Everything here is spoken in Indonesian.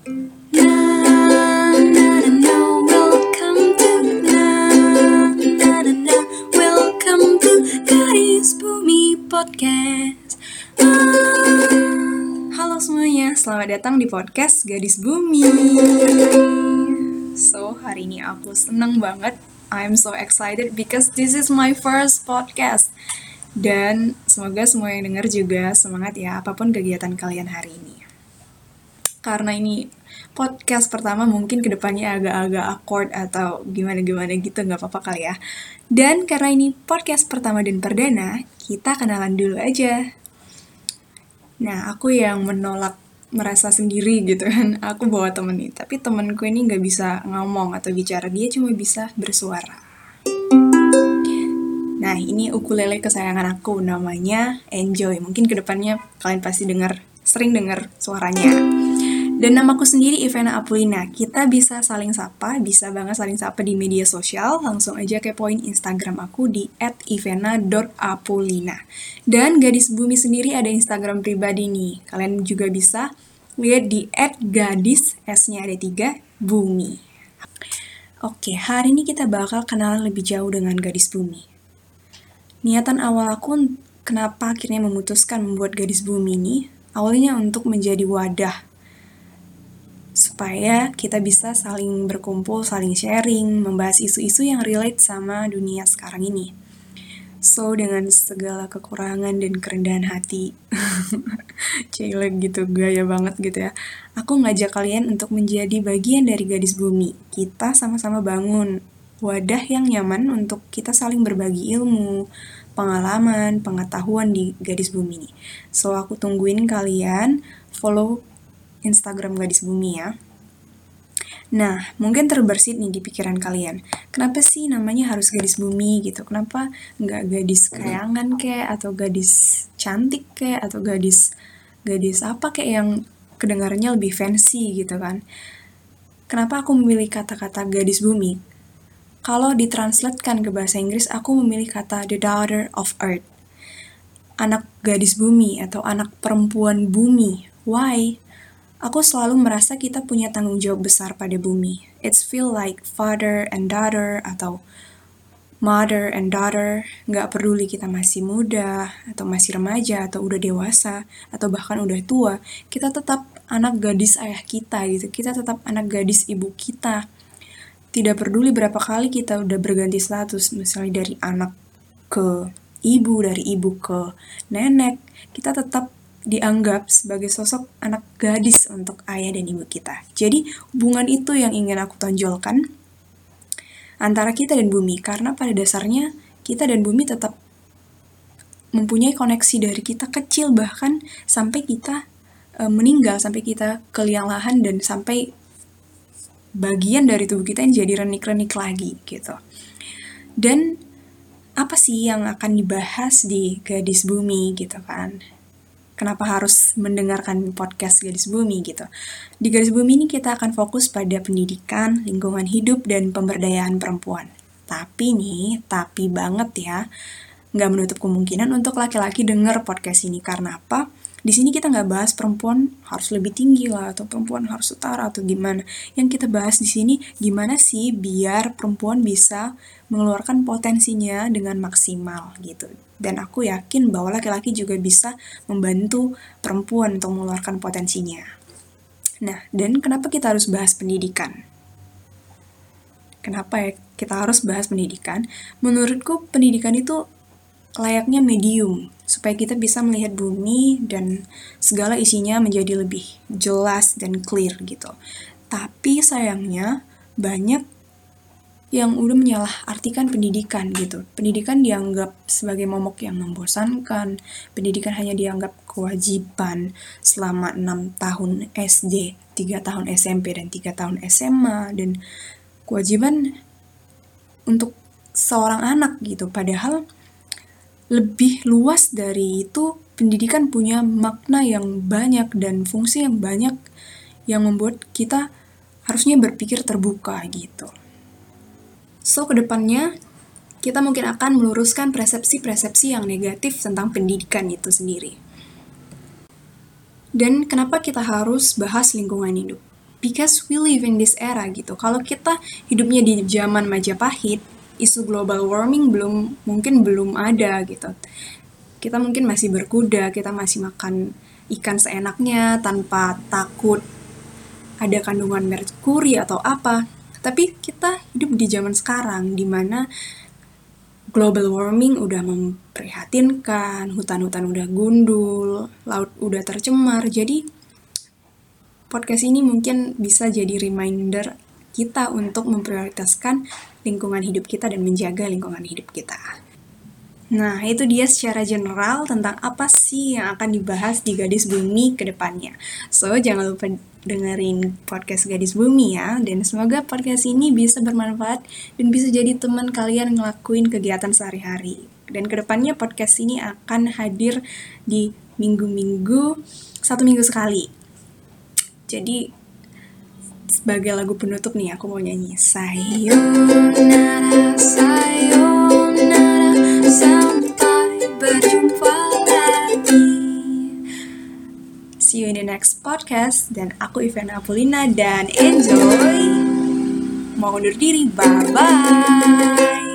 Na na na na, welcome to welcome to Gadis Bumi Podcast. Halo semuanya, selamat datang di podcast Gadis Bumi. So, hari ini aku seneng banget. I'm so excited because this is my first podcast. Dan semoga semua yang denger juga semangat ya, apapun kegiatan kalian hari ini. Karena ini podcast pertama, mungkin kedepannya agak-agak awkward atau gimana-gimana gitu, gak apa-apa kali ya. Dan karena ini podcast pertama dan perdana, kita kenalan dulu aja. Nah, aku yang menolak merasa sendiri gitu kan, aku bawa temen nih, tapi temenku ini gak bisa ngomong atau bicara, dia cuma bisa bersuara. Nah, ini ukulele kesayangan aku, namanya Enjoy. Mungkin kedepannya kalian pasti sering dengar suaranya. Dan namaku sendiri Ivana Apulina. Kita bisa saling sapa, bisa banget saling sapa di media sosial. Langsung aja kepoin Instagram aku di @ivana.apulina. Dan Gadis Bumi sendiri ada Instagram pribadi nih. Kalian juga bisa lihat di @gadis, S-nya ada 3, Bumi. Oke, hari ini kita bakal kenalan lebih jauh dengan Gadis Bumi. Niatan awal aku kenapa akhirnya memutuskan membuat Gadis Bumi ini, awalnya untuk menjadi wadah supaya kita bisa saling berkumpul, saling sharing, membahas isu-isu yang relate sama dunia sekarang ini. So, dengan segala kekurangan dan kerendahan hati, celek gitu, gaya banget gitu ya, aku ngajak kalian untuk menjadi bagian dari Gadis Bumi. Kita sama-sama bangun wadah yang nyaman untuk kita saling berbagi ilmu, pengalaman, pengetahuan di Gadis Bumi ini. So, aku tungguin kalian follow Instagram Gadis Bumi ya. Nah, mungkin terbersit nih di pikiran kalian. Kenapa sih namanya harus Gadis Bumi gitu? Kenapa nggak gadis kayangan kek, atau gadis cantik kek, atau gadis apa kek yang kedengarannya lebih fancy gitu kan? Kenapa aku memilih kata-kata Gadis Bumi? Kalau ditranslatekan ke bahasa Inggris, aku memilih kata the daughter of earth. Anak gadis bumi atau anak perempuan bumi. Why? Aku selalu merasa kita punya tanggung jawab besar pada bumi. It's feel like father and daughter atau mother and daughter. Gak peduli kita masih muda, atau masih remaja, atau udah dewasa, atau bahkan udah tua. Kita tetap anak gadis ayah kita gitu. Kita tetap anak gadis ibu kita. Tidak peduli berapa kali kita udah berganti status. Misalnya dari anak ke ibu, dari ibu ke nenek. Kita tetap dianggap sebagai sosok anak gadis untuk ayah dan ibu kita. Jadi hubungan itu yang ingin aku tonjolkan antara kita dan bumi, karena pada dasarnya kita dan bumi tetap mempunyai koneksi dari kita kecil bahkan sampai kita meninggal, sampai kita ke liang lahan dan sampai bagian dari tubuh kita yang jadi renik-renik lagi gitu. Dan apa sih yang akan dibahas di Gadis Bumi gitu kan? Kenapa harus mendengarkan podcast Gadis Bumi gitu? Di Gadis Bumi ini kita akan fokus pada pendidikan, lingkungan hidup, dan pemberdayaan perempuan. Tapi banget ya, nggak menutup kemungkinan untuk laki-laki denger podcast ini. Karena apa? Di sini kita nggak bahas perempuan harus lebih tinggi lah, atau perempuan harus setara, atau gimana. Yang kita bahas di sini, gimana sih biar perempuan bisa mengeluarkan potensinya dengan maksimal gitu. Dan aku yakin bahwa laki-laki juga bisa membantu perempuan untuk mengeluarkan potensinya. Nah, dan kenapa kita harus bahas pendidikan? Kenapa ya kita harus bahas pendidikan? Menurutku pendidikan itu layaknya medium, supaya kita bisa melihat bumi dan segala isinya menjadi lebih jelas dan clear gitu. Tapi sayangnya banyak yang udah menyalahartikan pendidikan gitu. Pendidikan dianggap sebagai momok yang membosankan. Pendidikan hanya dianggap kewajiban selama 6 tahun SD, 3 tahun SMP, dan 3 tahun SMA. Dan kewajiban untuk seorang anak gitu. Padahal lebih luas dari itu, pendidikan punya makna yang banyak dan fungsi yang banyak yang membuat kita harusnya berpikir terbuka gitu. So, kedepannya kita mungkin akan meluruskan persepsi-persepsi yang negatif tentang pendidikan itu sendiri. Dan kenapa kita harus bahas lingkungan hidup? because we live in this era gitu. Kalau kita hidupnya di zaman Majapahit, isu global warming mungkin belum ada gitu. Kita mungkin masih berkuda, kita masih makan ikan seenaknya tanpa takut ada kandungan merkuri atau apa. Tapi kita hidup di zaman sekarang, di mana global warming udah memprihatinkan, hutan-hutan udah gundul, laut udah tercemar. Jadi podcast ini mungkin bisa jadi reminder kita untuk memprioritaskan lingkungan hidup kita dan menjaga lingkungan hidup kita. Nah, itu dia secara general tentang apa sih yang akan dibahas di Gadis Bumi ke depannya. So, jangan lupa dengerin podcast Gadis Bumi ya, dan semoga podcast ini bisa bermanfaat dan bisa jadi teman kalian ngelakuin kegiatan sehari-hari. Dan ke depannya podcast ini akan hadir di minggu-minggu, 1 minggu sekali. Jadi, sebagai lagu penutup nih, aku mau nyanyi Sayonara, sayonara, sampai berjumpa lagi. See you in the next podcast. Dan aku Ivana Apulina dan enjoy. Mau undur diri, bye-bye.